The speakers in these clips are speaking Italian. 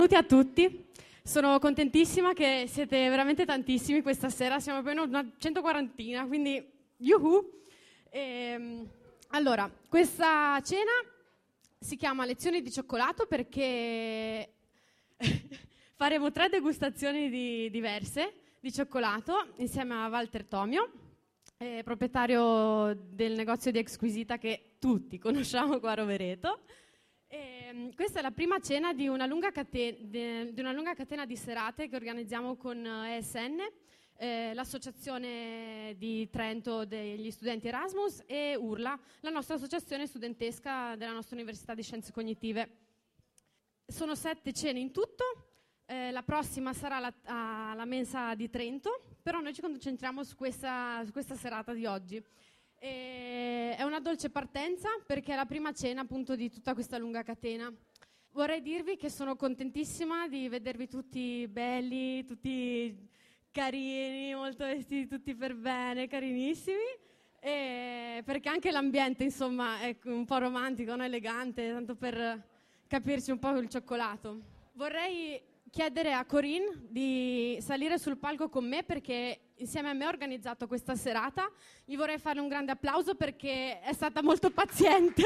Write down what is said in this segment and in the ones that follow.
Benvenuti a tutti, sono contentissima che siete veramente tantissimi questa sera, siamo più o meno una 140, quindi yuhu! Allora, questa cena si chiama Lezioni di cioccolato perché faremo 3 degustazioni diverse di cioccolato insieme a Walter Tomio, proprietario del negozio di Exquisita che tutti conosciamo qua a Rovereto. Questa è la prima cena di una lunga catena di serate che organizziamo con ESN, l'associazione di Trento degli studenti Erasmus, e URLA, la nostra associazione studentesca della nostra Università di Scienze Cognitive. Sono 7 cene in tutto, la prossima sarà alla mensa di Trento, però noi ci concentriamo su questa serata di oggi. È una dolce partenza perché è la prima cena appunto di tutta questa lunga catena. Vorrei dirvi che sono contentissima di vedervi tutti belli, tutti carini, molto vestiti, tutti per bene, carinissimi, perché anche l'ambiente insomma è un po' romantico, no? Elegante, tanto per capirci un po' il cioccolato. Vorrei chiedere a Corinne di salire sul palco con me perché insieme a me ha organizzato questa serata. Gli vorrei fare un grande applauso perché è stata molto paziente.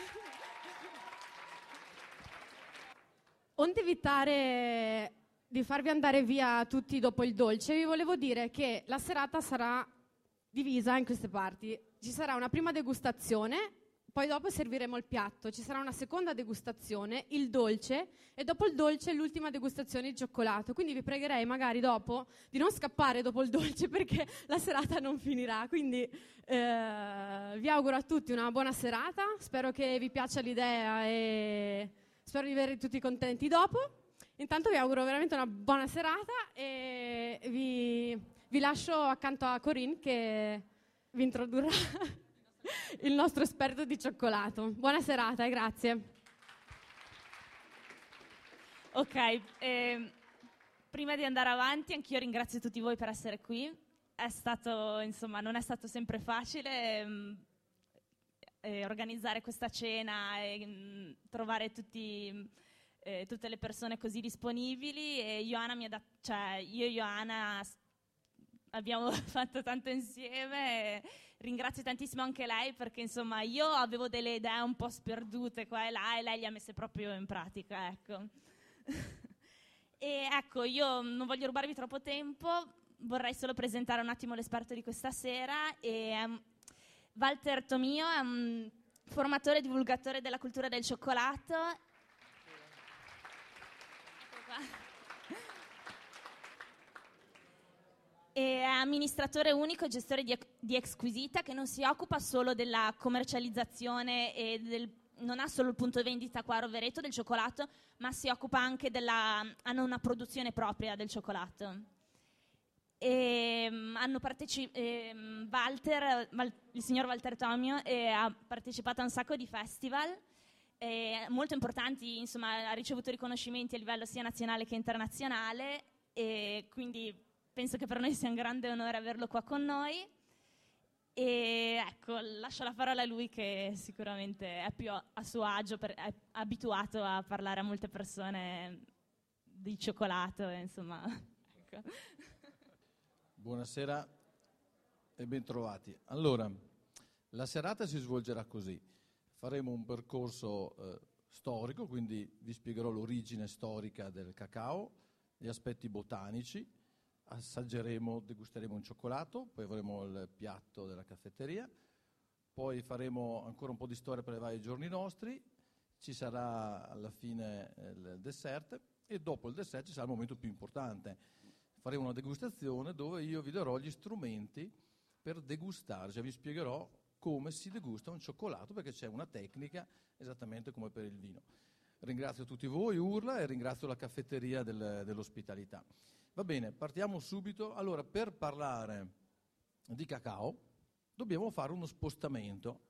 Onde evitare di farvi andare via tutti dopo il dolce, vi volevo dire che la serata sarà divisa in queste parti. Ci sarà una prima degustazione, poi dopo serviremo il piatto, ci sarà una seconda degustazione, il dolce, e dopo il dolce l'ultima degustazione di cioccolato. Quindi vi pregherei magari dopo di non scappare dopo il dolce perché la serata non finirà. Quindi vi auguro a tutti una buona serata, spero che vi piaccia l'idea e spero di vedervi tutti contenti dopo. Intanto vi auguro veramente una buona serata e vi lascio accanto a Corinne che vi introdurrà il nostro esperto di cioccolato. Buona serata e grazie. Ok, prima di andare avanti anch'io ringrazio tutti voi per essere qui. È stato, insomma, non è stato sempre facile organizzare questa cena e trovare tutte le persone così disponibili, e Ioana io e Ioana abbiamo fatto tanto insieme. Ringrazio tantissimo anche lei perché insomma io avevo delle idee un po' sperdute qua e là e lei le ha messe proprio in pratica, ecco. E ecco, io non voglio rubarvi troppo tempo, vorrei solo presentare un attimo l'esperto di questa sera. Walter Tomio è un formatore e divulgatore della cultura del cioccolato. È amministratore unico e gestore di Exquisita, che non si occupa solo della commercializzazione e non ha solo il punto vendita qua a Rovereto del cioccolato, ma si occupa anche hanno una produzione propria del cioccolato. Il signor Walter Tomio ha partecipato a un sacco di festival molto importanti, insomma ha ricevuto riconoscimenti a livello sia nazionale che internazionale, e quindi penso che per noi sia un grande onore averlo qua con noi. E ecco, lascio la parola a lui che sicuramente è più a suo agio, è abituato a parlare a molte persone di cioccolato, insomma. Ecco. Buonasera e bentrovati. Allora, la serata si svolgerà così. Faremo un percorso storico, quindi vi spiegherò l'origine storica del cacao, gli aspetti botanici, assaggeremo, degusteremo un cioccolato, poi avremo il piatto della caffetteria, poi faremo ancora un po' di storia per i vari giorni nostri, ci sarà alla fine il dessert e dopo il dessert ci sarà il momento più importante. Faremo una degustazione dove io vi darò gli strumenti per degustare, cioè vi spiegherò come si degusta un cioccolato, perché c'è una tecnica esattamente come per il vino. Ringrazio tutti voi, URLA, e ringrazio la caffetteria dell'ospitalità. Va bene, partiamo subito. Allora, per parlare di cacao dobbiamo fare uno spostamento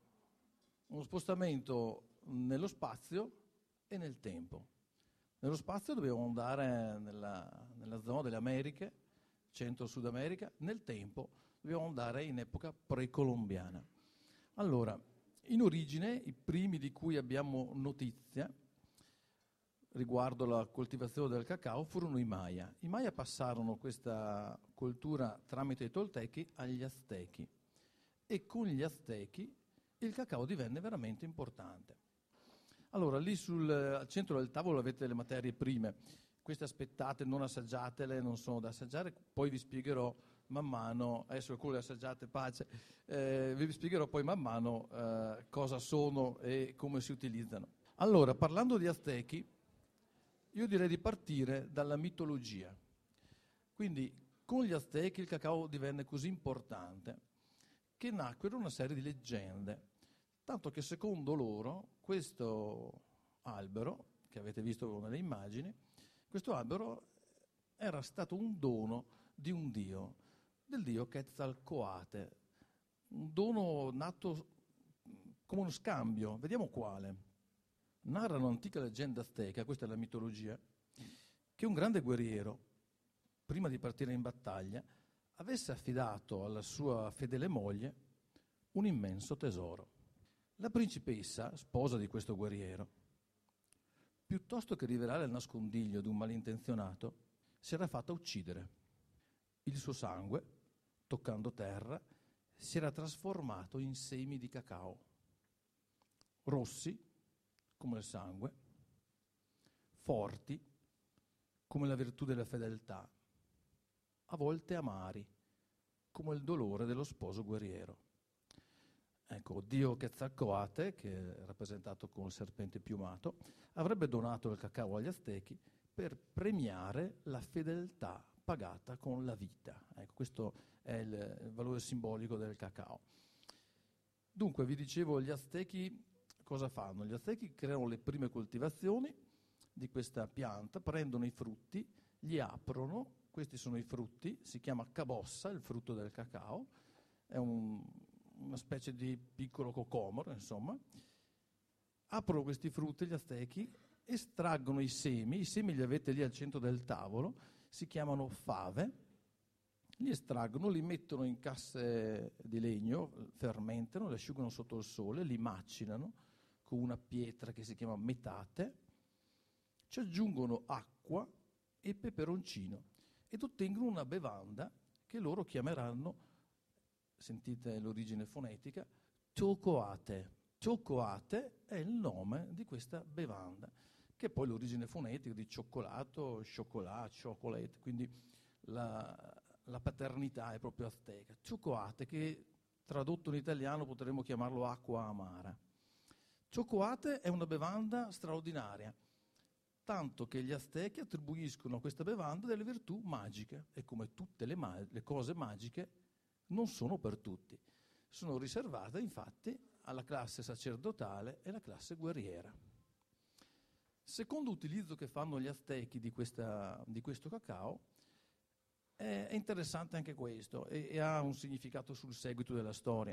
nello spazio e nel tempo. Nello spazio dobbiamo andare nella zona delle Americhe, Centro-Sud America. Nel tempo dobbiamo andare in epoca precolombiana. Allora, in origine, i primi di cui abbiamo notizia riguardo la coltivazione del cacao furono i Maya. I Maya passarono questa coltura tramite i Toltechi agli Aztechi e con gli Aztechi il cacao divenne veramente importante. Allora, lì al centro del tavolo avete le materie prime. Queste aspettate, non assaggiatele, non sono da assaggiare, poi vi spiegherò man mano, adesso quello le assaggiate, pace, vi spiegherò poi man mano cosa sono e come si utilizzano. Allora, parlando di Aztechi, io direi di partire dalla mitologia. Quindi, con gli Aztechi il cacao divenne così importante che nacquero una serie di leggende, tanto che secondo loro questo albero, che avete visto nelle immagini, questo albero era stato un dono di un dio, del dio Quetzalcoatl, un dono nato come uno scambio. Vediamo quale. Narra un'antica leggenda azteca, questa è la mitologia, che un grande guerriero, prima di partire in battaglia, avesse affidato alla sua fedele moglie un immenso tesoro. La principessa, sposa di questo guerriero, piuttosto che rivelare il nascondiglio di un malintenzionato, si era fatta uccidere. Il suo sangue, toccando terra, si era trasformato in semi di cacao, rossi come il sangue, forti come la virtù della fedeltà, a volte amari come il dolore dello sposo guerriero. Ecco, dio Quetzalcoatl, che è rappresentato con il serpente piumato, avrebbe donato il cacao agli Aztechi per premiare la fedeltà pagata con la vita. Ecco, questo è il valore simbolico del cacao. Dunque, vi dicevo, gli Aztechi cosa fanno? Gli Aztechi creano le prime coltivazioni di questa pianta, prendono i frutti, li aprono, questi sono i frutti, si chiama cabossa, il frutto del cacao, è una specie di piccolo cocomero, insomma. Aprono questi frutti, gli Aztechi, estraggono i semi li avete lì al centro del tavolo, si chiamano fave, li estraggono, li mettono in casse di legno, fermentano, li asciugano sotto il sole, li macinano con una pietra che si chiama metate, ci aggiungono acqua e peperoncino ed ottengono una bevanda che loro chiameranno, sentite l'origine fonetica, chocoate. Chocoate è il nome di questa bevanda, che è poi l'origine fonetica di cioccolato, chocolate, quindi la paternità è proprio azteca. Chocoate, che tradotto in italiano potremmo chiamarlo acqua amara. Chocoate è una bevanda straordinaria, tanto che gli Aztechi attribuiscono a questa bevanda delle virtù magiche, e come tutte le cose magiche non sono per tutti. Sono riservate infatti alla classe sacerdotale e alla classe guerriera. Secondo utilizzo che fanno gli Aztechi di questo cacao, è interessante anche questo e ha un significato sul seguito della storia.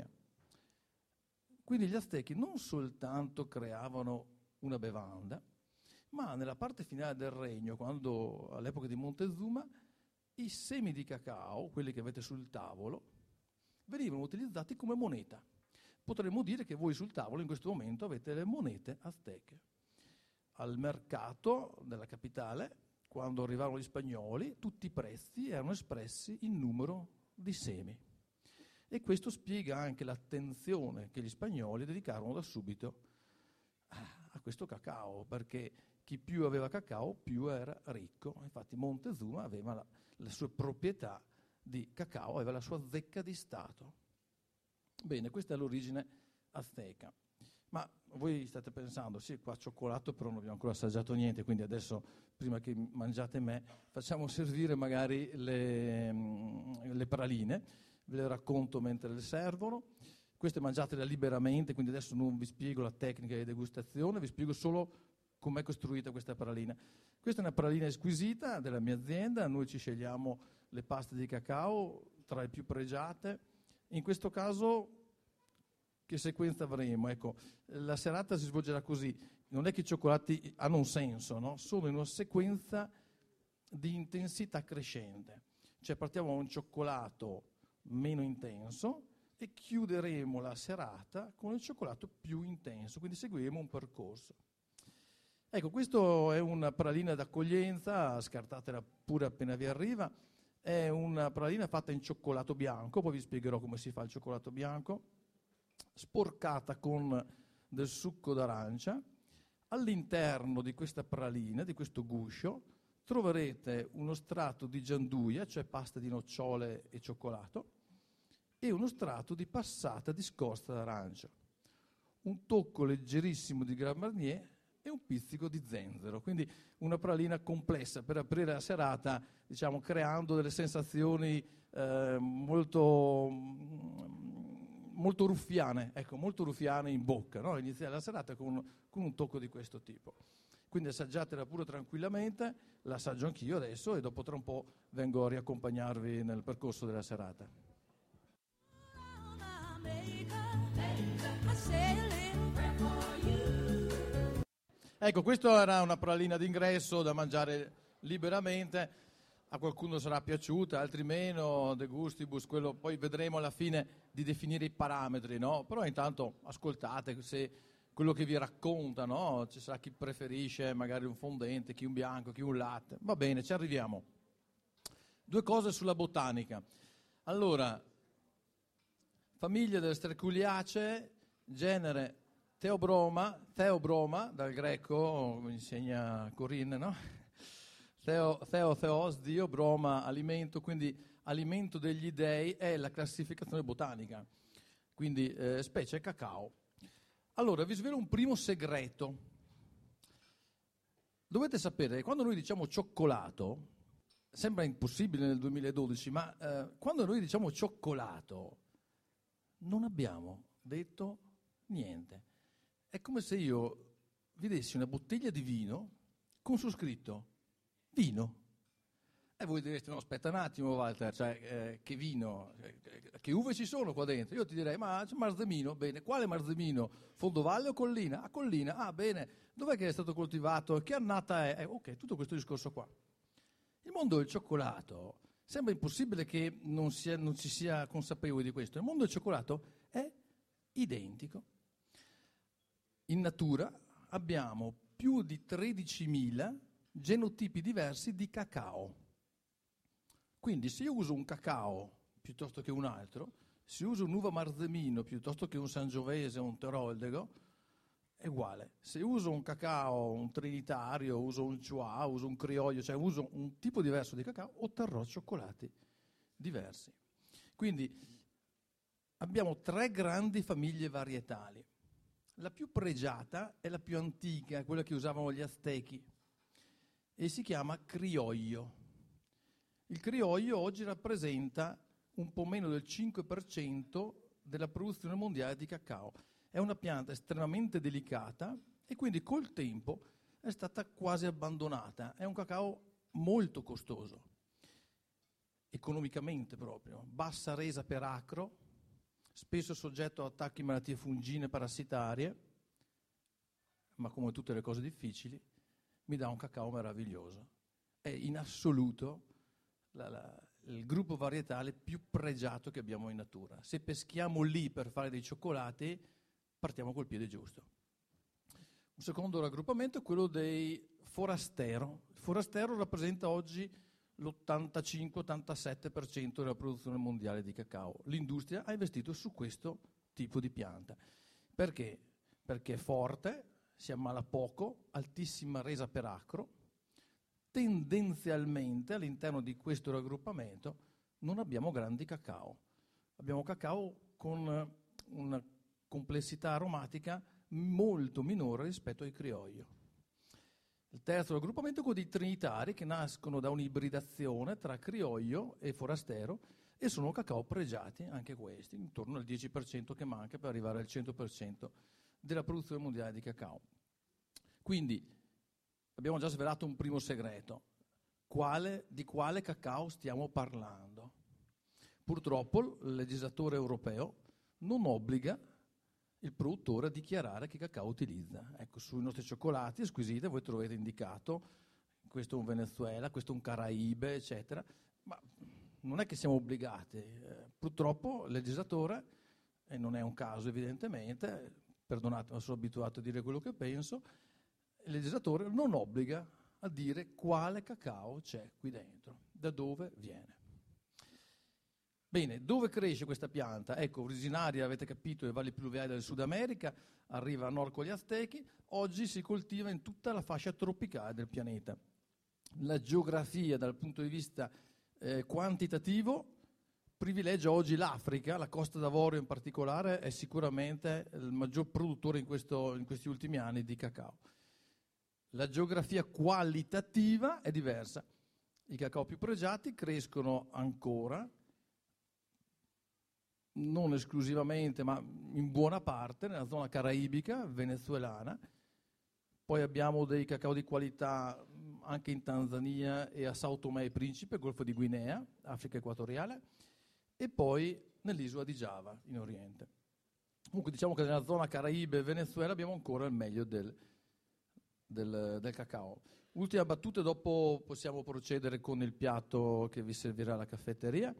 Quindi gli Aztechi non soltanto creavano una bevanda, ma nella parte finale del regno, quando all'epoca di Montezuma, i semi di cacao, quelli che avete sul tavolo, venivano utilizzati come moneta. Potremmo dire che voi sul tavolo in questo momento avete le monete azteche. Al mercato della capitale, quando arrivarono gli spagnoli, tutti i prezzi erano espressi in numero di semi. E questo spiega anche l'attenzione che gli spagnoli dedicarono da subito a questo cacao, perché chi più aveva cacao più era ricco. Infatti Montezuma aveva le sue proprietà di cacao, aveva la sua zecca di Stato. Bene, questa è l'origine azteca. Ma voi state pensando, sì, qua cioccolato, però non abbiamo ancora assaggiato niente, quindi adesso, prima che mangiate me, facciamo servire magari le praline, ve le racconto mentre le servono. Queste mangiatele liberamente, quindi adesso non vi spiego la tecnica di degustazione, vi spiego solo com'è costruita questa pralina. Questa è una pralina squisita della mia azienda, noi ci scegliamo le paste di cacao tra le più pregiate. In questo caso, che sequenza avremo? Ecco, la serata si svolgerà così. Non è che i cioccolati hanno un senso, no? Sono in una sequenza di intensità crescente. Cioè partiamo da un cioccolato meno intenso e chiuderemo la serata con il cioccolato più intenso, quindi seguiremo un percorso. Ecco, questo è una pralina d'accoglienza, scartatela pure appena vi arriva. È una pralina fatta in cioccolato bianco, poi vi spiegherò come si fa il cioccolato bianco, sporcata con del succo d'arancia. All'interno di questa pralina, di questo guscio, troverete uno strato di gianduia, cioè pasta di nocciole e cioccolato, e uno strato di passata di scorza d'arancia, un tocco leggerissimo di Grand Marnier e un pizzico di zenzero. Quindi una pralina complessa per aprire la serata, diciamo, creando delle sensazioni molto ruffiane, ecco, molto ruffiane in bocca, no? Iniziare la serata con un tocco di questo tipo. Quindi assaggiatela pure tranquillamente, l'assaggio anch'io adesso e dopo tra un po' vengo a riaccompagnarvi nel percorso della serata. Ecco, questo era una pralina d'ingresso da mangiare liberamente. A qualcuno sarà piaciuta, altri meno, de gustibus, quello poi vedremo alla fine di definire i parametri, no? Però intanto ascoltate se quello che vi racconta, no? Ci sarà chi preferisce magari un fondente, chi un bianco, chi un latte. Va bene, ci arriviamo. 2 cose sulla botanica. Allora, famiglia delle Sterculiacee, genere Theobroma, dal greco, mi insegna Corinne, no? Theos, Dio, broma, alimento, quindi alimento degli dei è la classificazione botanica, quindi specie cacao. Allora, vi svelo un primo segreto. Dovete sapere che quando noi diciamo cioccolato, sembra impossibile nel 2012, ma quando noi diciamo cioccolato non abbiamo detto niente. È come se io vi dessi una bottiglia di vino con su scritto vino. E voi direste, no, aspetta un attimo Walter, cioè, che vino, che uve ci sono qua dentro? Io ti direi, ma c'è Marzemino, bene, quale Marzemino? Fondovalle o collina? Ah, collina, ah bene, dov'è che è stato coltivato? Che annata è? Ok, tutto questo discorso qua. Il mondo del cioccolato, sembra impossibile che non ci sia consapevoli di questo, il mondo del cioccolato è identico. In natura abbiamo più di 13.000 genotipi diversi di cacao. Quindi se io uso un cacao piuttosto che un altro, se uso un'uva Marzemino piuttosto che un Sangiovese o un Teroldego, è uguale. Se uso un cacao, un trinitario, uso un Chua, uso un criollo, cioè uso un tipo diverso di cacao, otterrò cioccolati diversi. Quindi abbiamo 3 grandi famiglie varietali. La più pregiata è la più antica, quella che usavano gli Aztechi, e si chiama criollo. Il criollo oggi rappresenta un po' meno del 5% della produzione mondiale di cacao. È una pianta estremamente delicata e quindi col tempo è stata quasi abbandonata. È un cacao molto costoso, economicamente proprio, bassa resa per acro, spesso soggetto a attacchi di malattie fungine parassitarie, ma come tutte le cose difficili, mi dà un cacao meraviglioso. È in assoluto il gruppo varietale più pregiato che abbiamo in natura. Se peschiamo lì per fare dei cioccolati, partiamo col piede giusto. Un secondo raggruppamento è quello dei forastero. Il forastero rappresenta oggi l'85-87% della produzione mondiale di cacao. L'industria ha investito su questo tipo di pianta. Perché? Perché è forte, si ammala poco, altissima resa per acro. Tendenzialmente all'interno di questo raggruppamento non abbiamo grandi cacao. Abbiamo cacao con una complessità aromatica molto minore rispetto ai criollo. Il terzo raggruppamento è quello dei trinitari, che nascono da un'ibridazione tra criollo e forastero e sono cacao pregiati, anche questi, intorno al 10% che manca per arrivare al 100% della produzione mondiale di cacao. Quindi abbiamo già svelato un primo segreto. Di quale cacao stiamo parlando? Purtroppo il legislatore europeo non obbliga il produttore a dichiarare che cacao utilizza. Ecco, sui nostri cioccolati squisiti voi trovate indicato questo è un Venezuela, questo è un Caraibe, eccetera, ma non è che siamo obbligati. Purtroppo il legislatore, e non è un caso evidentemente, perdonatemi, sono abituato a dire quello che penso, il legislatore non obbliga a dire quale cacao c'è qui dentro, da dove viene. Bene, dove cresce questa pianta? Ecco, originaria, avete capito, delle valli pluviali del Sud America, arriva a nord con gli Aztechi, oggi si coltiva in tutta la fascia tropicale del pianeta. La geografia dal punto di vista quantitativo privilegia oggi l'Africa, la Costa d'Avorio in particolare è sicuramente il maggior produttore in questi ultimi anni di cacao. La geografia qualitativa è diversa. I cacao più pregiati crescono ancora, non esclusivamente, ma in buona parte, nella zona caraibica, venezuelana. Poi abbiamo dei cacao di qualità anche in Tanzania e a Sao Tomé e Principe, Golfo di Guinea, Africa equatoriale, e poi nell'isola di Giava, in Oriente. Comunque diciamo che nella zona Caraibe e Venezuela abbiamo ancora il meglio del cacao. Ultima battuta, dopo possiamo procedere con il piatto che vi servirà alla caffetteria.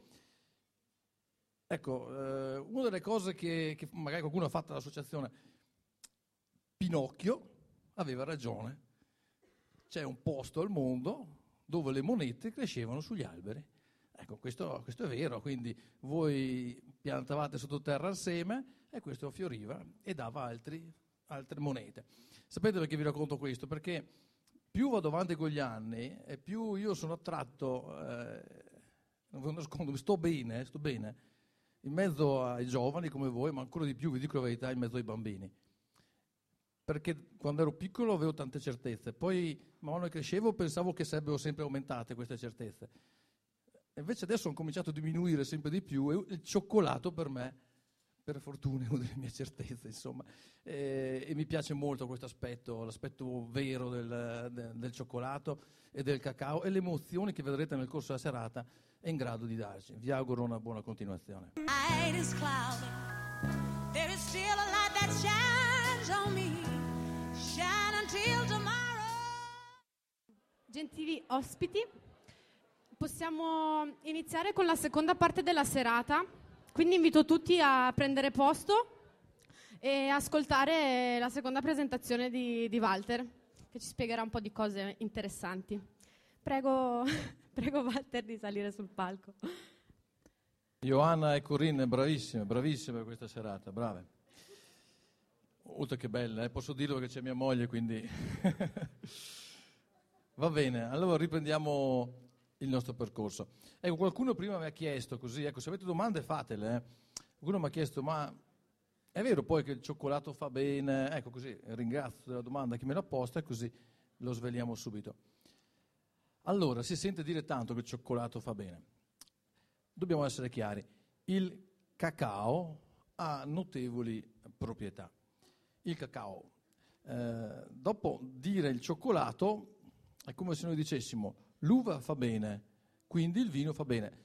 Ecco, una delle cose che magari qualcuno ha fatto all'associazione, Pinocchio aveva ragione. C'è un posto al mondo dove le monete crescevano sugli alberi. Ecco, questo è vero, quindi voi piantavate sottoterra il seme e questo fioriva e dava altre monete. Sapete perché vi racconto questo? Perché più vado avanti con gli anni e più io sono attratto, non ve lo nascondo, sto bene, in mezzo ai giovani come voi, ma ancora di più, vi dico la verità, in mezzo ai bambini. Perché quando ero piccolo avevo tante certezze, poi man mano che crescevo pensavo che sarebbero sempre aumentate queste certezze. E invece adesso hanno cominciato a diminuire sempre di più e il cioccolato per me, per fortuna, è una delle mie certezze, insomma. E mi piace molto questo aspetto, l'aspetto vero del cioccolato e del cacao e le emozioni che vedrete nel corso della serata è in grado di darci. Vi auguro una buona continuazione. Gentili ospiti, possiamo iniziare con la seconda parte della serata, quindi invito tutti a prendere posto e ascoltare la seconda presentazione di Walter, che ci spiegherà un po' di cose interessanti. Prego Walter di salire sul palco. Ioanna e Corinne, bravissime per questa serata, brave. Oltre che belle, posso dirlo perché c'è mia moglie, quindi... Va bene, allora riprendiamo il nostro percorso. Ecco, qualcuno prima mi ha chiesto così, ecco, se avete domande fatele. Qualcuno mi ha chiesto, ma è vero poi che il cioccolato fa bene? Ecco, così ringrazio della domanda che me l'ha posta e così lo sveliamo subito. Allora, si sente dire tanto che il cioccolato fa bene. Dobbiamo essere chiari, il cacao ha notevoli proprietà. Il cacao, dopo dire il cioccolato, è come se noi dicessimo l'uva fa bene, quindi il vino fa bene.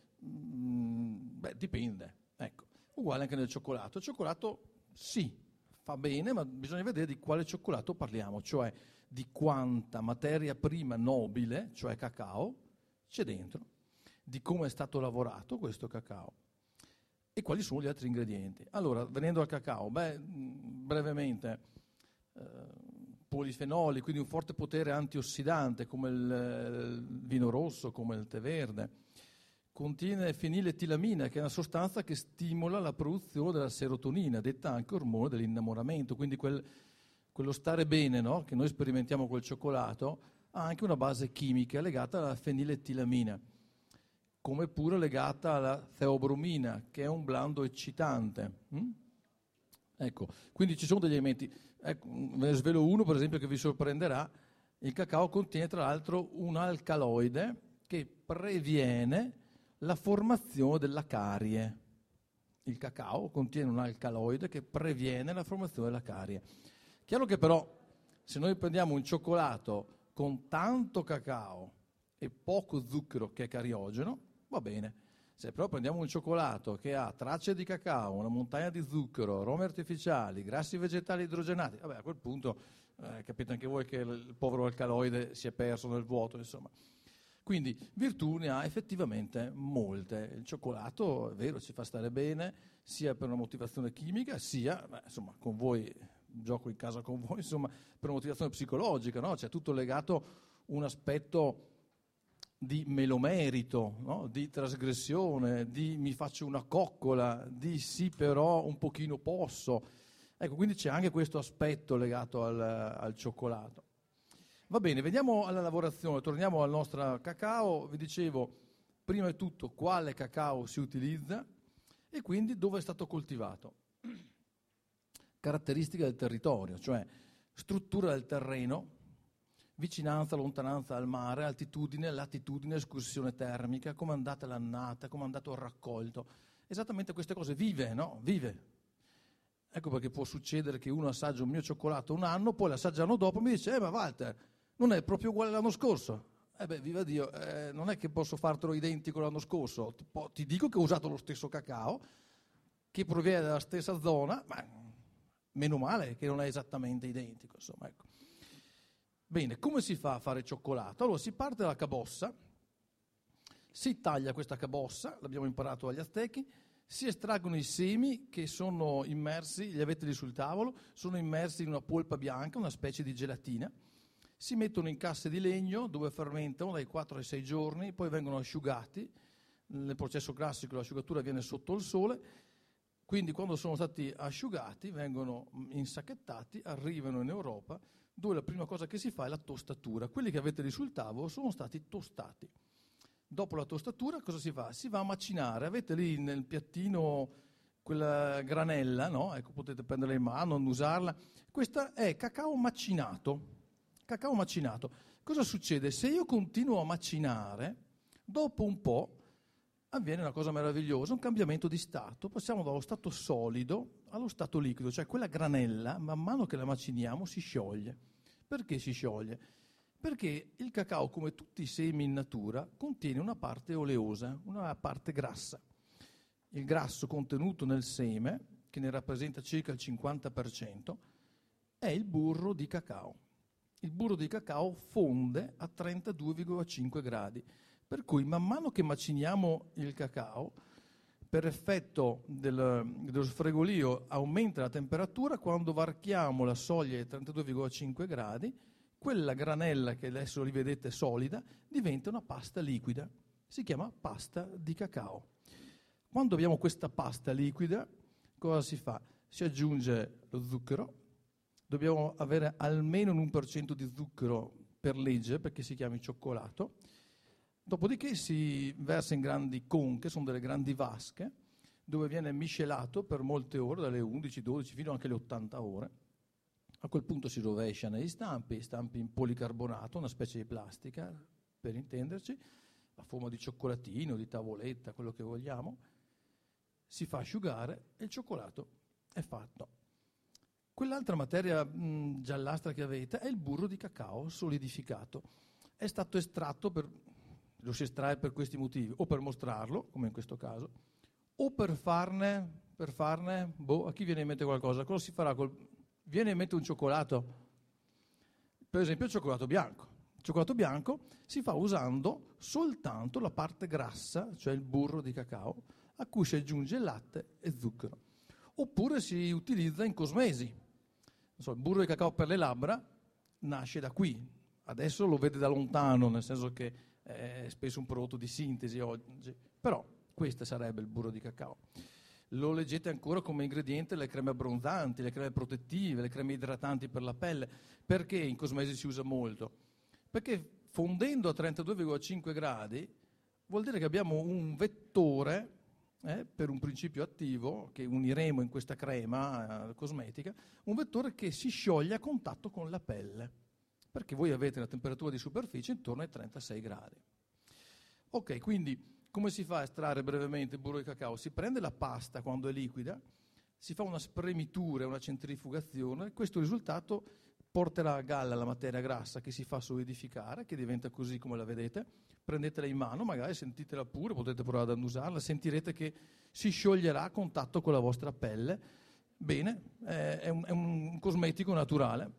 Dipende, ecco. Uguale anche nel cioccolato. Il cioccolato sì, fa bene, ma bisogna vedere di quale cioccolato parliamo, cioè di quanta materia prima nobile, cioè cacao, c'è dentro, di come è stato lavorato questo cacao e quali sono gli altri ingredienti. Allora, venendo al cacao, brevemente, polifenoli, quindi un forte potere antiossidante come il vino rosso, come il tè verde. Contiene feniletilamina, che è una sostanza che stimola la produzione della serotonina, detta anche ormone dell'innamoramento, quindi quello stare bene, no? Che noi sperimentiamo col cioccolato ha anche una base chimica legata alla feniletilamina, come pure legata alla theobromina, che è un blando eccitante. Ecco, quindi ci sono degli elementi. Ecco, ve ne svelo uno, per esempio, che vi sorprenderà. Il cacao contiene, tra l'altro, un alcaloide che previene la formazione della carie. Il cacao contiene un alcaloide che previene la formazione della carie. Chiaro che però, se noi prendiamo un cioccolato con tanto cacao e poco zucchero, che è cariogeno, va bene. Se però prendiamo un cioccolato che ha tracce di cacao, una montagna di zucchero, aromi artificiali, grassi vegetali idrogenati, vabbè, a quel punto capite anche voi che il povero alcaloide si è perso nel vuoto, insomma. Quindi virtù ne ha effettivamente molte. Il cioccolato, è vero, ci fa stare bene, sia per una motivazione chimica, sia, insomma, con voi gioco in casa con voi, insomma, per motivazione psicologica, no? C'è tutto legato un aspetto di me lo merito, no? Di trasgressione, di mi faccio una coccola, di sì però un pochino posso. Ecco, quindi c'è anche questo aspetto legato al cioccolato. Va bene, veniamo alla lavorazione, torniamo al nostro cacao. Vi dicevo, prima di tutto, quale cacao si utilizza e quindi dove è stato coltivato. Caratteristiche del territorio, cioè struttura del terreno, vicinanza, lontananza al mare, altitudine, latitudine, escursione termica, come è andata l'annata, come è andato il raccolto. Esattamente queste cose, vive, no? Vive. Ecco perché può succedere che uno assaggia un mio cioccolato un anno, poi l'assaggia l'anno dopo e mi dice ma Walter, non è proprio uguale all'anno scorso. Viva Dio, non è che posso fartelo identico l'anno scorso, ti dico che ho usato lo stesso cacao, che proviene dalla stessa zona, ma meno male che non è esattamente identico, insomma, ecco. Bene, come si fa a fare cioccolato? Allora si parte dalla cabossa, si taglia questa cabossa, l'abbiamo imparato agli Aztechi, si estraggono i semi che sono immersi, li avete lì sul tavolo, sono immersi in una polpa bianca, una specie di gelatina, si mettono in casse di legno dove fermentano dai 4 ai 6 giorni, poi vengono asciugati, nel processo classico l'asciugatura avviene sotto il sole, quindi quando sono stati asciugati vengono insacchettati, arrivano in Europa, dove la prima cosa che si fa è la tostatura. Quelli che avete lì sul tavolo sono stati tostati. Dopo la tostatura cosa si fa? Si va a macinare. Avete lì nel piattino quella granella, no? Ecco, potete prenderla in mano, annusarla. Questa è cacao macinato. Cacao macinato. Cosa succede? Se io continuo a macinare, dopo un po' avviene una cosa meravigliosa, un cambiamento di stato. Passiamo dallo stato solido allo stato liquido, cioè quella granella, man mano che la maciniamo, si scioglie. Perché si scioglie? Perché il cacao, come tutti i semi in natura, contiene una parte oleosa, una parte grassa. Il grasso contenuto nel seme, che ne rappresenta circa il 50%, è il burro di cacao. Il burro di cacao fonde a 32,5 gradi, per cui man mano che maciniamo il cacao, per effetto dello sfregolio aumenta la temperatura, quando varchiamo la soglia di 32,5 gradi, quella granella che adesso rivedete solida diventa una pasta liquida, si chiama pasta di cacao. Quando abbiamo questa pasta liquida, cosa si fa? Si aggiunge lo zucchero, dobbiamo avere almeno un 1% di zucchero per legge, perché si chiama cioccolato, dopodiché si versa in grandi conche, sono delle grandi vasche, dove viene miscelato per molte ore, dalle 11, 12 fino anche alle 80 ore. A quel punto si rovescia negli stampi in policarbonato, una specie di plastica, per intenderci, a forma di cioccolatino, di tavoletta, quello che vogliamo, si fa asciugare e il cioccolato è fatto. Quell'altra materia giallastra che avete è il burro di cacao solidificato. È stato estratto, lo si estrae per questi motivi, o per mostrarlo, come in questo caso, o per farne, a chi viene in mente qualcosa? Cosa si farà viene in mente un cioccolato? Per esempio il cioccolato bianco. Il cioccolato bianco si fa usando soltanto la parte grassa, cioè il burro di cacao, a cui si aggiunge latte e zucchero. Oppure si utilizza in cosmesi. Il burro di cacao per le labbra nasce da qui. Adesso lo vede da lontano, nel senso che è spesso un prodotto di sintesi oggi. Però questo sarebbe il burro di cacao. Lo leggete ancora come ingrediente le creme abbronzanti, le creme protettive, le creme idratanti per la pelle. Perché in cosmesi si usa molto? Perché fondendo a 32,5 gradi vuol dire che abbiamo un vettore per un principio attivo che uniremo in questa crema cosmetica, un vettore che si scioglie a contatto con la pelle, perché voi avete una temperatura di superficie intorno ai 36 gradi. Ok, quindi come si fa a estrarre brevemente il burro di cacao? Si prende la pasta quando è liquida, si fa una spremitura, una centrifugazione, questo risultato porterà a galla la materia grassa che si fa solidificare, che diventa così come la vedete. Prendetela in mano, magari sentitela pure, potete provare ad annusarla, sentirete che si scioglierà a contatto con la vostra pelle. Bene, è un cosmetico naturale.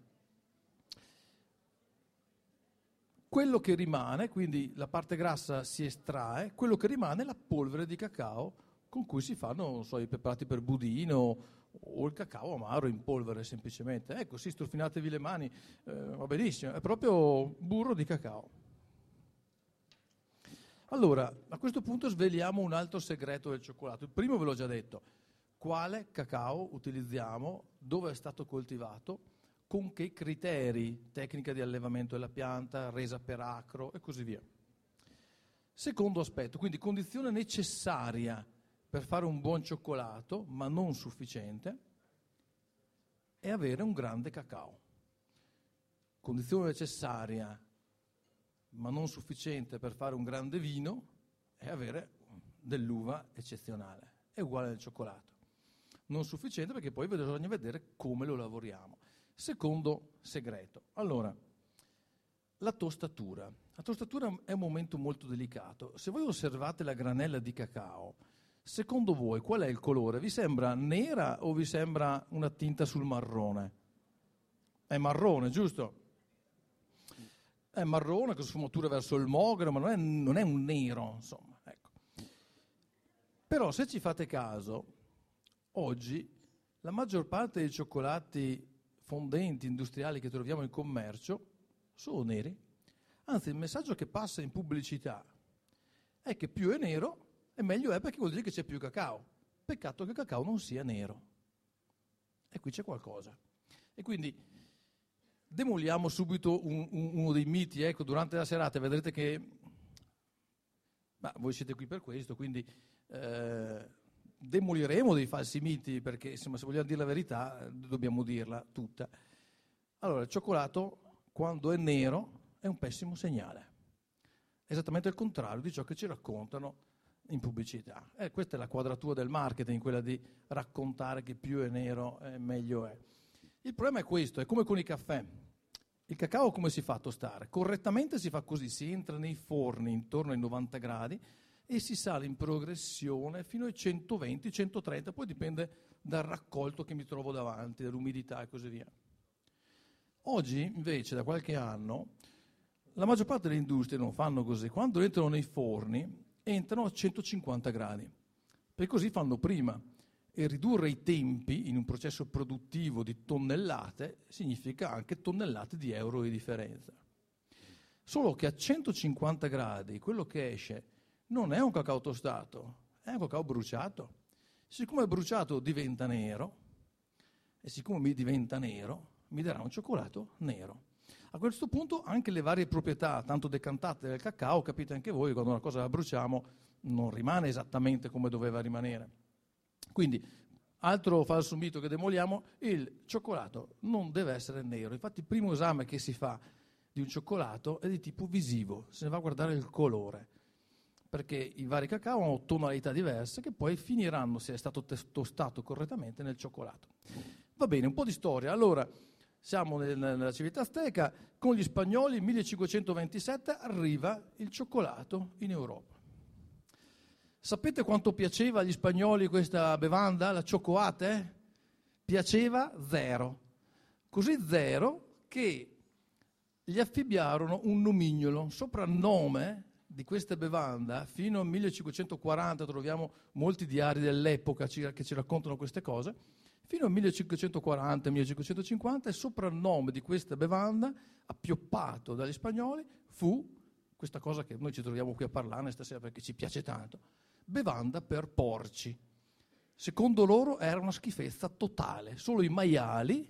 Quello che rimane, quindi la parte grassa si estrae, quello che rimane è la polvere di cacao con cui si fanno, non so, i preparati per budino o il cacao amaro in polvere semplicemente. Ecco, sì, strofinatevi le mani, va benissimo, è proprio burro di cacao. Allora, a questo punto sveliamo un altro segreto del cioccolato. Il primo ve l'ho già detto: quale cacao utilizziamo, dove è stato coltivato, con che criteri, tecnica di allevamento della pianta, resa per acro e così via. Secondo aspetto, quindi condizione necessaria per fare un buon cioccolato, ma non sufficiente, è avere un grande cacao. Condizione necessaria, ma non sufficiente per fare un grande vino, è avere dell'uva eccezionale. È uguale al cioccolato. Non sufficiente perché poi bisogna vedere come lo lavoriamo. Secondo segreto. Allora, la tostatura. La tostatura è un momento molto delicato. Se voi osservate la granella di cacao, secondo voi qual è il colore? Vi sembra nera o vi sembra una tinta sul marrone? È marrone, giusto? È marrone con sfumature verso il mogro, ma non è un nero, insomma. Ecco. Però se ci fate caso, oggi la maggior parte dei cioccolati fondenti industriali che troviamo in commercio sono neri. Anzi, il messaggio che passa in pubblicità è che più è nero e meglio è, perché vuol dire che c'è più cacao. Peccato che il cacao non sia nero. E qui c'è qualcosa. E quindi demoliamo subito uno dei miti, ecco, durante la serata vedrete che voi siete qui per questo, quindi demoliremo dei falsi miti, perché insomma, se vogliamo dire la verità dobbiamo dirla tutta. Allora, il cioccolato quando è nero è un pessimo segnale, esattamente il contrario di ciò che ci raccontano in pubblicità. Questa è la quadratura del marketing, quella di raccontare che più è nero meglio è. Il problema è questo, è come con i caffè. Il cacao come si fa a tostare? Correttamente si fa così, si entra nei forni intorno ai 90 gradi e si sale in progressione fino ai 120, 130, poi dipende dal raccolto che mi trovo davanti, dall'umidità e così via. Oggi invece da qualche anno la maggior parte delle industrie non fanno così, quando entrano nei forni entrano a 150 gradi, perché così fanno prima. E ridurre i tempi in un processo produttivo di tonnellate significa anche tonnellate di euro di differenza. Solo che a 150 gradi quello che esce non è un cacao tostato, è un cacao bruciato. Siccome è bruciato diventa nero, e siccome mi diventa nero mi darà un cioccolato nero. A questo punto anche le varie proprietà tanto decantate del cacao, capite anche voi, quando una cosa la bruciamo non rimane esattamente come doveva rimanere. Quindi, altro falso mito che demoliamo, il cioccolato non deve essere nero. Infatti il primo esame che si fa di un cioccolato è di tipo visivo, se ne va a guardare il colore, perché i vari cacao hanno tonalità diverse che poi finiranno, se è stato tostato correttamente, nel cioccolato. Va bene, un po' di storia. Allora, siamo nella civiltà azteca, con gli spagnoli, 1527 arriva il cioccolato in Europa. Sapete quanto piaceva agli spagnoli questa bevanda, la cioccolate? Piaceva zero. Così zero che gli affibbiarono un nomignolo, soprannome di questa bevanda. Fino al 1540 troviamo molti diari dell'epoca che ci raccontano queste cose. Fino al 1540-1550 il soprannome di questa bevanda, appioppato dagli spagnoli, fu questa cosa che noi ci troviamo qui a parlarne stasera perché ci piace tanto: bevanda per porci. Secondo loro era una schifezza totale, solo i maiali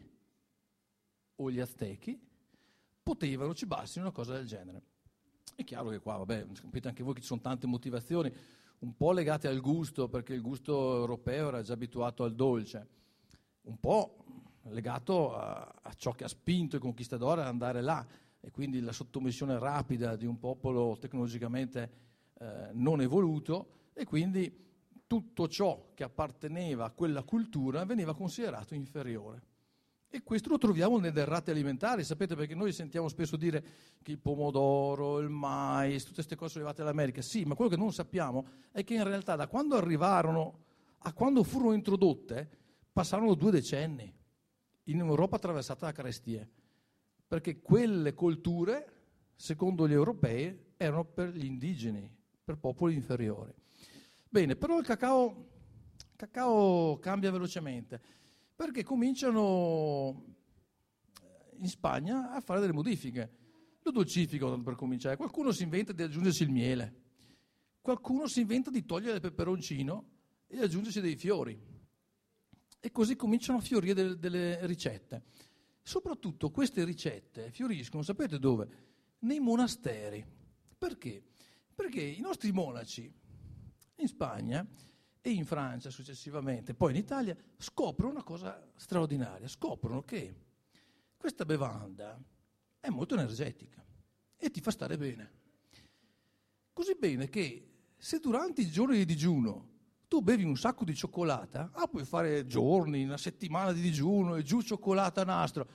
o gli aztechi potevano cibarsi in una cosa del genere. È chiaro che qua, capite anche voi che ci sono tante motivazioni, un po' legate al gusto, perché il gusto europeo era già abituato al dolce, un po' legato a ciò che ha spinto i conquistadori ad andare là, e quindi la sottomissione rapida di un popolo tecnologicamente non evoluto, e quindi tutto ciò che apparteneva a quella cultura veniva considerato inferiore. E questo lo troviamo nelle derrate alimentari, sapete, perché noi sentiamo spesso dire che il pomodoro, il mais, tutte queste cose sono arrivate dall'America. Sì, ma quello che non sappiamo è che in realtà da quando arrivarono a quando furono introdotte passarono 2 decenni in Europa attraversata da carestie, perché quelle colture, secondo gli europei, erano per gli indigeni, per popoli inferiori. Bene, però il cacao cambia velocemente. perché cominciano in Spagna a fare delle modifiche. Lo dolcificano per cominciare. Qualcuno si inventa di aggiungersi il miele, qualcuno si inventa di togliere il peperoncino e aggiungersi dei fiori. E così cominciano a fiorire delle ricette. Soprattutto queste ricette fioriscono, sapete dove? Nei monasteri. Perché? Perché i nostri monaci in Spagna e in Francia successivamente, poi in Italia, scoprono una cosa straordinaria. Scoprono che questa bevanda è molto energetica e ti fa stare bene. Così bene che se durante i giorni di digiuno tu bevi un sacco di cioccolata, puoi fare giorni, una settimana di digiuno e giù cioccolata a nastro.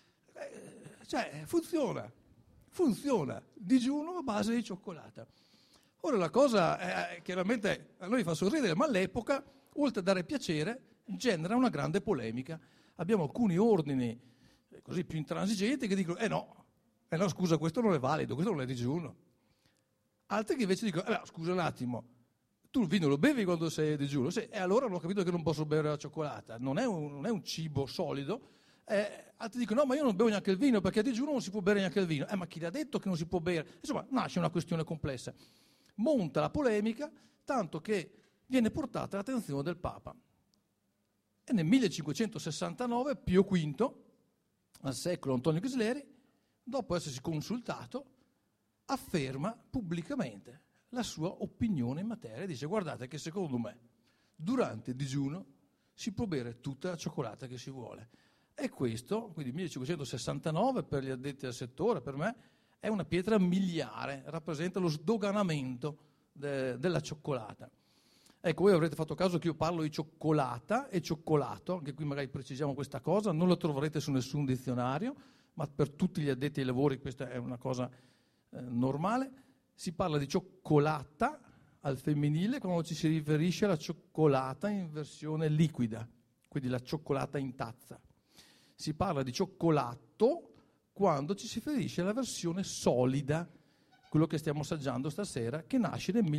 Funziona. Digiuno a base di cioccolata. Ora la cosa chiaramente a noi fa sorridere, ma all'epoca, oltre a dare piacere, genera una grande polemica. Abbiamo alcuni ordini così più intransigenti che dicono no, scusa, questo non è valido, questo non è digiuno. Altri che invece dicono scusa un attimo, tu il vino lo bevi quando sei a digiuno? Sì, e allora ho capito che non posso bere la cioccolata, non è un cibo solido. Altri dicono no, ma io non bevo neanche il vino perché a digiuno non si può bere neanche il vino. Ma chi l'ha detto che non si può bere? Insomma, nasce una questione complessa. Monta la polemica, tanto che viene portata all'attenzione del Papa. E nel 1569 Pio V, al secolo Antonio Ghisleri, dopo essersi consultato, afferma pubblicamente la sua opinione in materia. Dice: guardate che secondo me durante il digiuno si può bere tutta la cioccolata che si vuole. E questo, quindi 1569, per gli addetti al settore, per me, è una pietra miliare, rappresenta lo sdoganamento della cioccolata. Ecco, voi avrete fatto caso che io parlo di cioccolata e cioccolato, anche qui magari precisiamo questa cosa, non lo troverete su nessun dizionario, ma per tutti gli addetti ai lavori questa è una cosa normale. Si parla di cioccolata al femminile quando ci si riferisce alla cioccolata in versione liquida, quindi la cioccolata in tazza. Si parla di cioccolato quando ci si riferisce alla versione solida, quello che stiamo assaggiando stasera, che nasce nel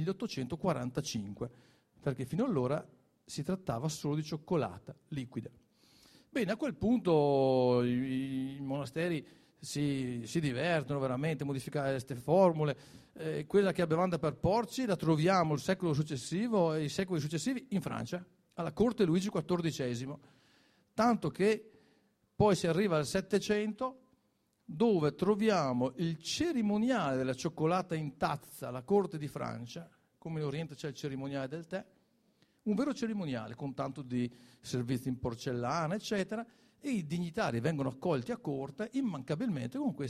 1845, perché fino allora si trattava solo di cioccolata liquida. Bene, a quel punto i monasteri si divertono veramente a modificare queste formule. Quella che è bevanda per porci la troviamo il secolo successivo e i secoli successivi in Francia, alla corte Luigi XIV, tanto che poi si arriva al Settecento, dove troviamo il cerimoniale della cioccolata in tazza alla corte di Francia, come in Oriente c'è il cerimoniale del tè, un vero cerimoniale con tanto di servizi in porcellana, eccetera, e i dignitari vengono accolti a corte immancabilmente con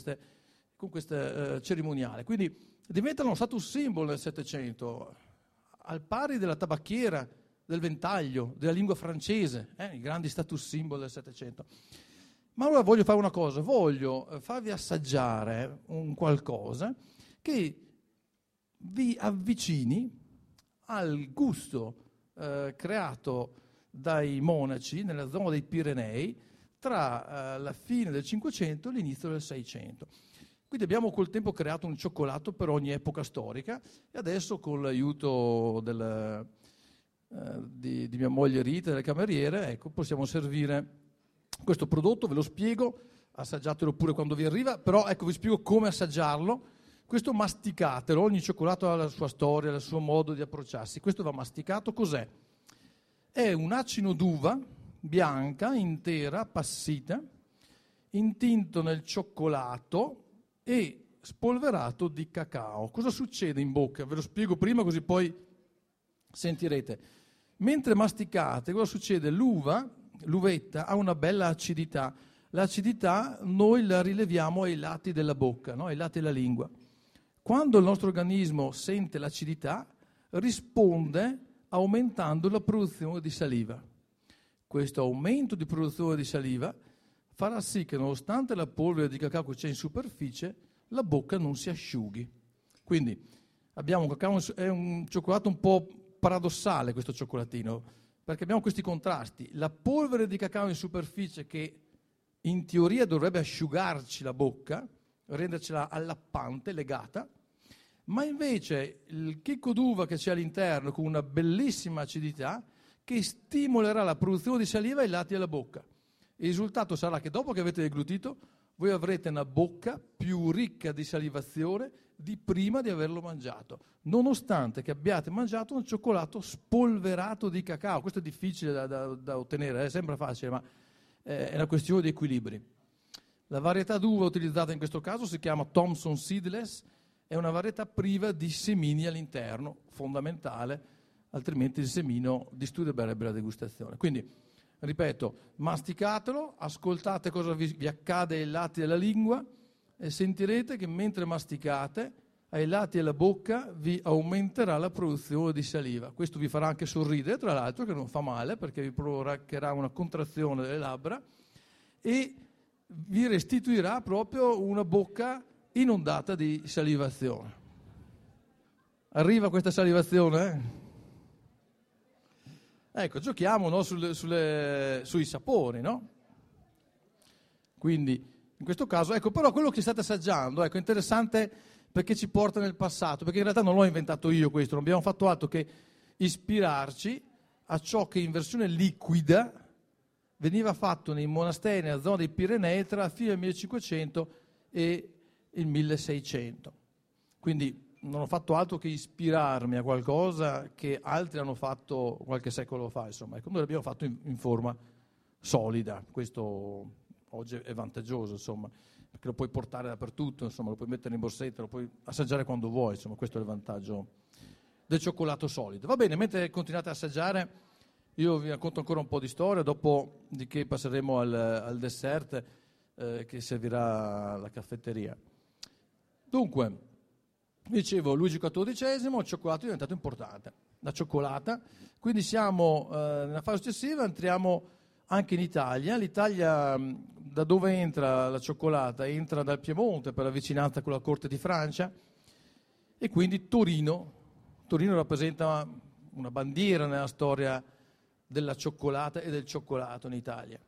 queste cerimoniale. Quindi diventano uno status symbol nel Settecento, al pari della tabacchiera, del ventaglio, della lingua francese, i grandi status symbol del Settecento. Ma allora voglio fare una cosa, voglio farvi assaggiare un qualcosa che vi avvicini al gusto creato dai monaci nella zona dei Pirenei tra la fine del 500 e l'inizio del 600. Quindi abbiamo col tempo creato un cioccolato per ogni epoca storica e adesso con l'aiuto di mia moglie Rita e delle cameriere, ecco, possiamo servire questo prodotto. Ve lo spiego, assaggiatelo pure quando vi arriva, però ecco vi spiego come assaggiarlo. Questo masticatelo, ogni cioccolato ha la sua storia, il suo modo di approcciarsi. Questo va masticato, cos'è? È un acino d'uva bianca, intera, appassita, intinto nel cioccolato e spolverato di cacao. Cosa succede in bocca? Ve lo spiego prima così poi sentirete. Mentre masticate, cosa succede? L'uvetta ha una bella acidità. L'acidità noi la rileviamo ai lati della bocca, no? Ai lati della lingua. Quando il nostro organismo sente l'acidità, risponde aumentando la produzione di saliva. Questo aumento di produzione di saliva farà sì che, nonostante la polvere di cacao che c'è in superficie, la bocca non si asciughi. Quindi abbiamo un cacao, è un cioccolato un po' paradossale questo cioccolatino, perché abbiamo questi contrasti. La polvere di cacao in superficie che in teoria dovrebbe asciugarci la bocca, rendercela allappante, legata, ma invece il chicco d'uva che c'è all'interno con una bellissima acidità che stimolerà la produzione di saliva ai lati della bocca. Il risultato sarà che dopo che avete deglutito, voi avrete una bocca più ricca di salivazione di prima di averlo mangiato, nonostante che abbiate mangiato un cioccolato spolverato di cacao. Questo è difficile da ottenere, sembra facile, ma è una questione di equilibri. La varietà d'uva utilizzata in questo caso si chiama Thompson Seedless, è una varietà priva di semini all'interno, fondamentale, altrimenti il semino disturberebbe la degustazione. Quindi, ripeto, masticatelo, ascoltate cosa vi accade ai lati della lingua e sentirete che mentre masticate, ai lati della bocca vi aumenterà la produzione di saliva. Questo vi farà anche sorridere, tra l'altro, che non fa male, perché vi provocherà una contrazione delle labbra e vi restituirà proprio una bocca inondata di salivazione. Arriva questa salivazione? Ecco, giochiamo, no, sui sapori, no? Quindi, in questo caso, ecco, però quello che state assaggiando, ecco, è interessante perché ci porta nel passato, perché in realtà non l'ho inventato io questo, non abbiamo fatto altro che ispirarci a ciò che in versione liquida veniva fatto nei monasteri nella zona dei Pirenei tra la fine del 1500 e il 1600. Quindi non ho fatto altro che ispirarmi a qualcosa che altri hanno fatto qualche secolo fa, insomma. Ecco, noi l'abbiamo fatto in forma solida. Questo oggi è vantaggioso, insomma, perché lo puoi portare dappertutto, insomma, lo puoi mettere in borsetta, lo puoi assaggiare quando vuoi, insomma, questo è il vantaggio del cioccolato solido. Va bene, mentre continuate a assaggiare, io vi racconto ancora un po' di storia, dopodiché passeremo al dessert che servirà alla caffetteria. Dunque, dicevo, Luigi XIV, il cioccolato è diventato importante, la cioccolata, quindi siamo nella fase successiva, entriamo anche in Italia. L'Italia, da dove entra la cioccolata? Entra dal Piemonte per la vicinanza con la corte di Francia e quindi Torino rappresenta una bandiera nella storia della cioccolata e del cioccolato in Italia.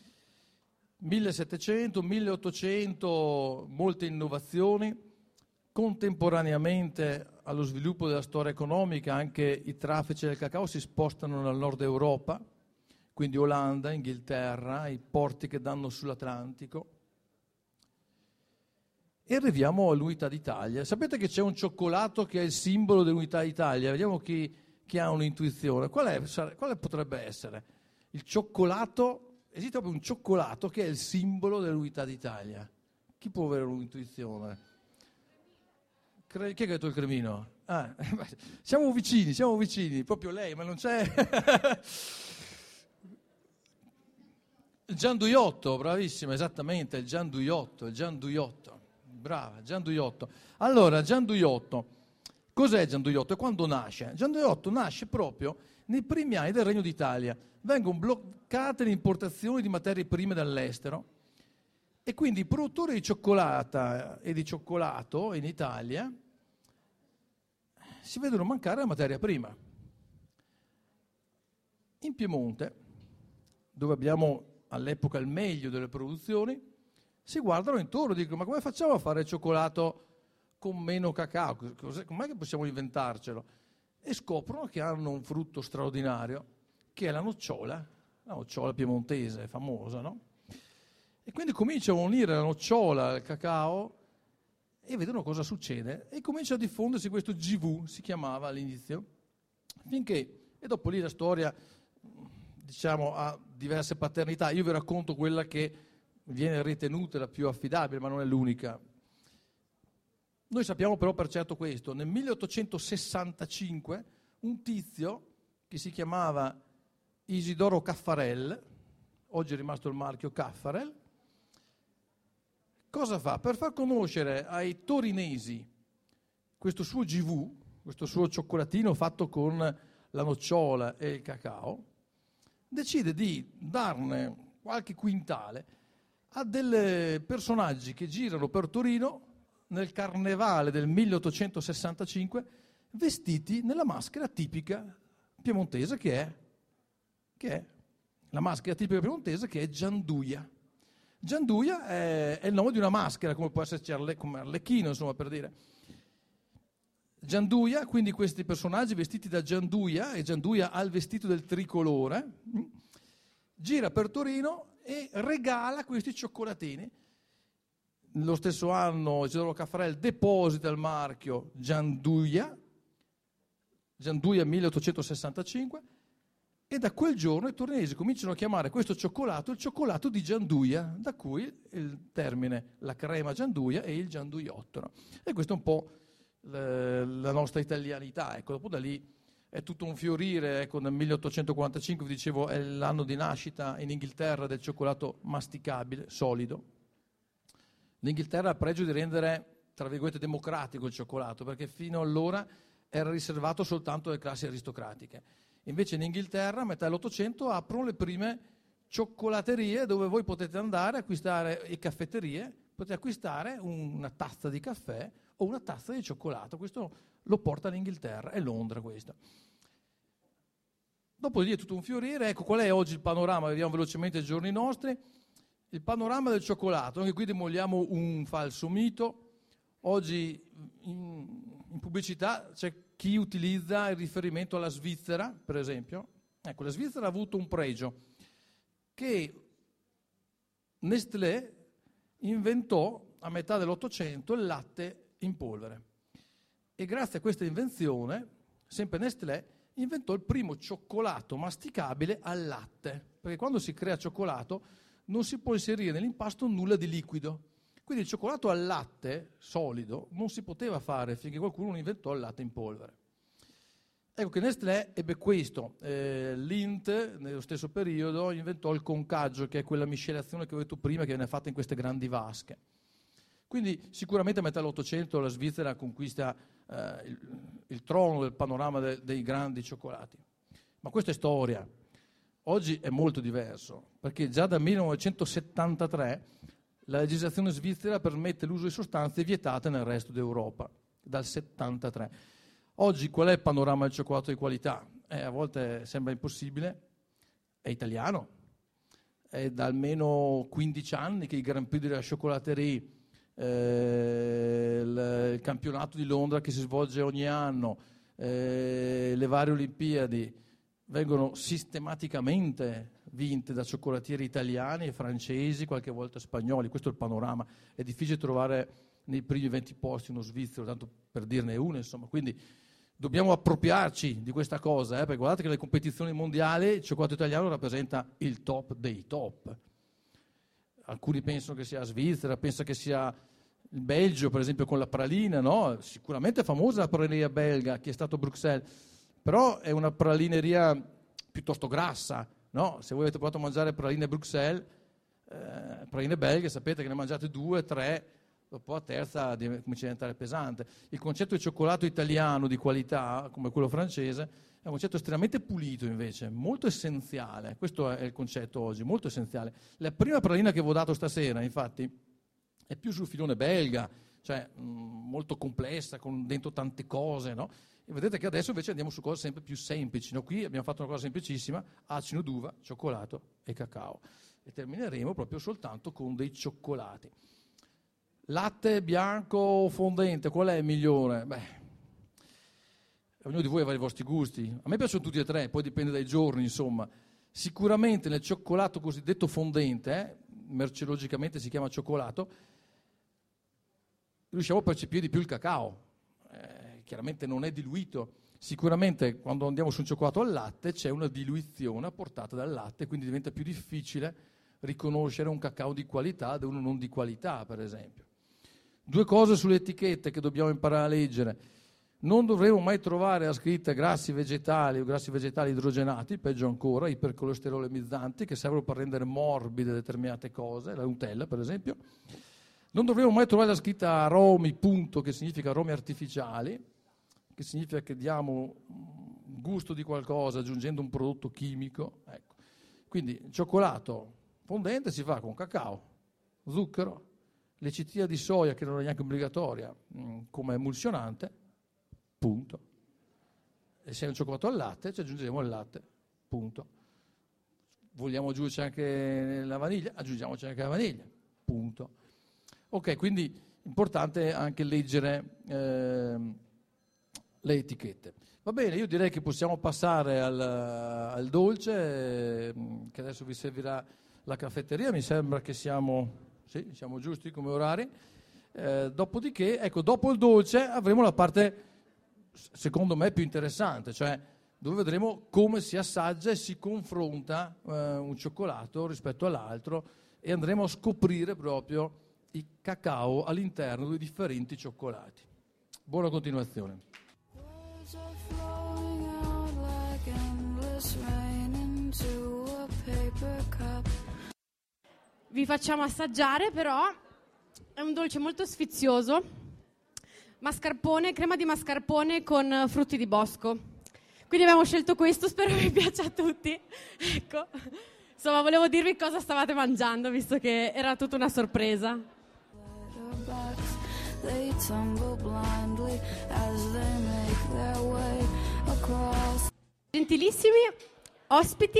1700, 1800, molte innovazioni. Contemporaneamente allo sviluppo della storia economica anche i traffici del cacao si spostano nel nord Europa, quindi Olanda, Inghilterra, i porti che danno sull'Atlantico. E arriviamo all'Unità d'Italia. Sapete che c'è un cioccolato che è il simbolo dell'Unità d'Italia? Vediamo chi ha un'intuizione. Quale potrebbe essere? Il cioccolato, esiste proprio un cioccolato che è il simbolo dell'Unità d'Italia. Chi può avere un'intuizione? Chi ha detto il cremino? Siamo vicini, proprio lei, ma non c'è... Il gianduiotto, bravissima, esattamente, il gianduiotto. Brava, gianduiotto. Allora, gianduiotto, cos'è gianduiotto e quando nasce? Gianduiotto nasce proprio nei primi anni del Regno d'Italia. Vengono bloccate le importazioni di materie prime dall'estero e quindi i produttori di cioccolata e di cioccolato in Italia si vedono mancare la materia prima. In Piemonte, dove abbiamo all'epoca il meglio delle produzioni, si guardano intorno e dicono: ma come facciamo a fare il cioccolato con meno cacao? Com'è che possiamo inventarcelo? E scoprono che hanno un frutto straordinario, che è la nocciola piemontese, famosa, no? E quindi cominciano a unire la nocciola al cacao e vedono cosa succede. E comincia a diffondersi questo GV, si chiamava all'inizio, finché, e dopo lì la storia, diciamo, ha diverse paternità. Io vi racconto quella che viene ritenuta la più affidabile, ma non è l'unica. Noi sappiamo però per certo questo: nel 1865 un tizio che si chiamava Isidoro Caffarel, oggi è rimasto il marchio Caffarel, cosa fa? Per far conoscere ai torinesi questo suo GV, questo suo cioccolatino fatto con la nocciola e il cacao, decide di darne qualche quintale a dei personaggi che girano per Torino nel carnevale del 1865 vestiti nella maschera tipica piemontese che è la maschera tipica piemontese, che è Gianduia. Gianduia è il nome di una maschera, come può esserci come Arlecchino, insomma, per dire. Gianduia, quindi questi personaggi vestiti da Gianduia, e Gianduia ha il vestito del tricolore, gira per Torino e regala questi cioccolatini. Lo stesso anno Isidoro Caffarel deposita il marchio Gianduia 1865, e da quel giorno i torinesi cominciano a chiamare questo cioccolato il cioccolato di Gianduia, da cui il termine la crema Gianduia e il gianduiotto. No? E questo è un po' la nostra italianità. Ecco, dopo da lì è tutto un fiorire. Ecco, nel 1845, vi dicevo, è l'anno di nascita in Inghilterra del cioccolato masticabile, solido. L'Inghilterra ha il pregio di rendere, tra virgolette, democratico il cioccolato, perché fino allora era riservato soltanto alle classi aristocratiche. Invece in Inghilterra, a metà dell'Ottocento, aprono le prime cioccolaterie dove voi potete andare a acquistare, e caffetterie, potete acquistare una tazza di caffè o una tazza di cioccolato. Questo lo porta l'Inghilterra, è Londra questo. Dopo di lì è tutto un fiorire. Ecco qual è oggi il panorama, vediamo velocemente i giorni nostri. Il panorama del cioccolato, anche qui demoliamo un falso mito. Oggi in pubblicità c'è chi utilizza il riferimento alla Svizzera, per esempio. Ecco, la Svizzera ha avuto un pregio, che Nestlé inventò a metà dell'Ottocento il latte in polvere. E grazie a questa invenzione, sempre Nestlé inventò il primo cioccolato masticabile al latte, perché quando si crea cioccolato non si può inserire nell'impasto nulla di liquido. Quindi il cioccolato al latte solido non si poteva fare finché qualcuno non inventò il latte in polvere. Ecco che Nestlé ebbe questo. Lindt, nello stesso periodo, inventò il concaggio, che è quella miscelazione che ho detto prima, che viene fatta in queste grandi vasche. Quindi sicuramente a metà dell'Ottocento la Svizzera conquista il trono del panorama dei grandi cioccolati. Ma questa è storia. Oggi è molto diverso, perché già dal 1973 la legislazione svizzera permette l'uso di sostanze vietate nel resto d'Europa, dal 73. Oggi qual è il panorama del cioccolato di qualità? A volte sembra impossibile, è italiano. È da almeno 15 anni che i Grand Prix della Chocolaterie, il campionato di Londra che si svolge ogni anno, le varie Olimpiadi vengono sistematicamente vinte da cioccolatieri italiani e francesi, qualche volta spagnoli. Questo è il panorama. È difficile trovare nei primi 20 posti uno svizzero, tanto per dirne uno, insomma. Quindi dobbiamo appropriarci di questa cosa, perché guardate che nelle competizioni mondiali il cioccolato italiano rappresenta il top dei top. Alcuni pensano che sia la Svizzera, pensano che sia il Belgio, per esempio, con la pralina, no? Sicuramente è famosa la pralineria belga, che è stato a Bruxelles, però è una pralineria piuttosto grassa, no? Se voi avete provato a mangiare praline a Bruxelles, praline belghe, sapete che ne mangiate 2, 3, dopo la terza comincia a diventare pesante. Il concetto di cioccolato italiano di qualità, come quello francese, è un concetto estremamente pulito invece, molto essenziale. Questo è il concetto oggi, molto essenziale. La prima pralina che vi ho dato stasera, infatti, è più sul filone belga, cioè molto complessa, con dentro tante cose, no? E vedete che adesso invece andiamo su cose sempre più semplici, no? Qui abbiamo fatto una cosa semplicissima: acino d'uva, cioccolato e cacao. E termineremo proprio soltanto con dei cioccolati. Latte bianco o fondente, qual è il migliore? Beh, ognuno di voi avrà i vostri gusti. A me piacciono tutti e tre, poi dipende dai giorni, insomma. Sicuramente nel cioccolato cosiddetto fondente, merceologicamente si chiama cioccolato, riusciamo a percepire di più il cacao. Chiaramente non è diluito. Sicuramente quando andiamo su un cioccolato al latte c'è una diluizione apportata dal latte, quindi diventa più difficile riconoscere un cacao di qualità da uno non di qualità, per esempio. 2 cose sulle etichette che dobbiamo imparare a leggere. Non dovremo mai trovare la scritta grassi vegetali o grassi vegetali idrogenati, peggio ancora, ipercolesterolemizzanti, che servono per rendere morbide determinate cose, la Nutella per esempio. Non dovremo mai trovare la scritta aromi, punto, che significa aromi artificiali, che significa che diamo gusto di qualcosa aggiungendo un prodotto chimico. Ecco. Quindi il cioccolato fondente si fa con cacao, zucchero, lecitina di soia, che non è neanche obbligatoria, come emulsionante, punto. E se è un cioccolato al latte, ci aggiungeremo il latte, punto. Vogliamo aggiungerci anche la vaniglia? Aggiungiamoci anche la vaniglia, punto. Ok, quindi importante anche leggere le etichette. Va bene, io direi che possiamo passare al dolce, che adesso vi servirà la caffetteria. Mi sembra che siamo giusti come orari. Dopodiché, ecco, dopo il dolce avremo la parte, secondo me, più interessante, cioè dove vedremo come si assaggia e si confronta un cioccolato rispetto all'altro, e andremo a scoprire proprio il cacao all'interno dei differenti cioccolati. Buona continuazione. Vi facciamo assaggiare, però è un dolce molto sfizioso, mascarpone, crema di mascarpone con frutti di bosco. Quindi abbiamo scelto questo, spero vi piaccia a tutti. Ecco, insomma, volevo dirvi cosa stavate mangiando, visto che era tutta una sorpresa. Gentilissimi ospiti,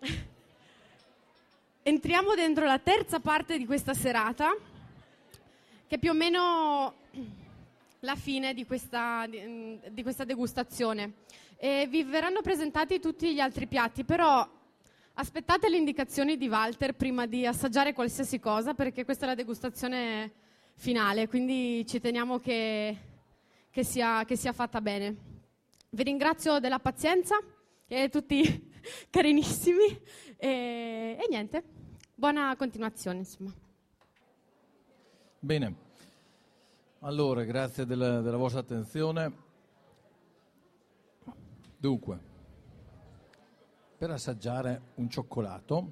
entriamo dentro la terza parte di questa serata, che è più o meno la fine di questa degustazione. E vi verranno presentati tutti gli altri piatti, però aspettate le indicazioni di Walter prima di assaggiare qualsiasi cosa, perché questa è la degustazione finale, quindi ci teniamo che sia fatta bene. Vi ringrazio della pazienza, tutti carinissimi, e niente, buona continuazione, insomma. Bene, allora grazie della vostra attenzione. Dunque, per assaggiare un cioccolato,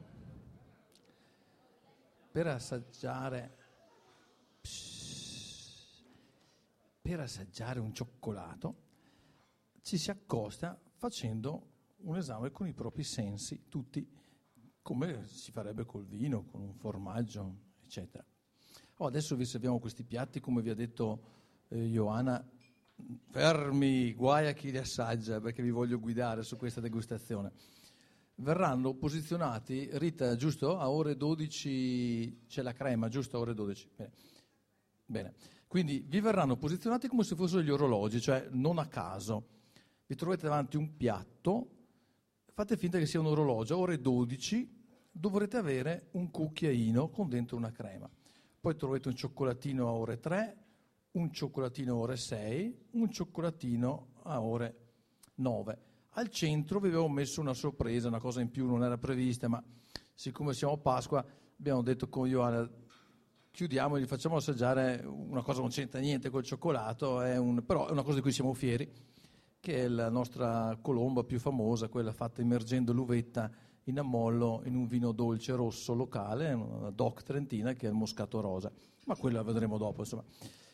per assaggiare un cioccolato ci si accosta facendo un esame con i propri sensi, tutti, come si farebbe col vino, con un formaggio, eccetera. Adesso vi serviamo questi piatti, come vi ha detto Ioanna. Fermi, guai a chi li assaggia, perché vi voglio guidare su questa degustazione. Verranno posizionati, Rita, giusto? A ore 12 c'è la crema, giusto? A ore 12. Bene. Quindi vi verranno posizionati come se fossero gli orologi, cioè non a caso. Vi trovate davanti un piatto, fate finta che sia un orologio, a ore 12 dovrete avere un cucchiaino con dentro una crema. Poi troverete un cioccolatino a ore 3, un cioccolatino a ore 6, un cioccolatino a ore 9. Al centro vi avevo messo una sorpresa, una cosa in più, non era prevista, ma siccome siamo a Pasqua abbiamo detto con Ioanna chiudiamo e gli facciamo assaggiare una cosa che non c'entra niente col cioccolato, però è una cosa di cui siamo fieri, che è la nostra colomba più famosa, quella fatta immergendo l'uvetta in ammollo in un vino dolce rosso locale, una DOC trentina, che è il Moscato Rosa, ma quella la vedremo dopo, insomma.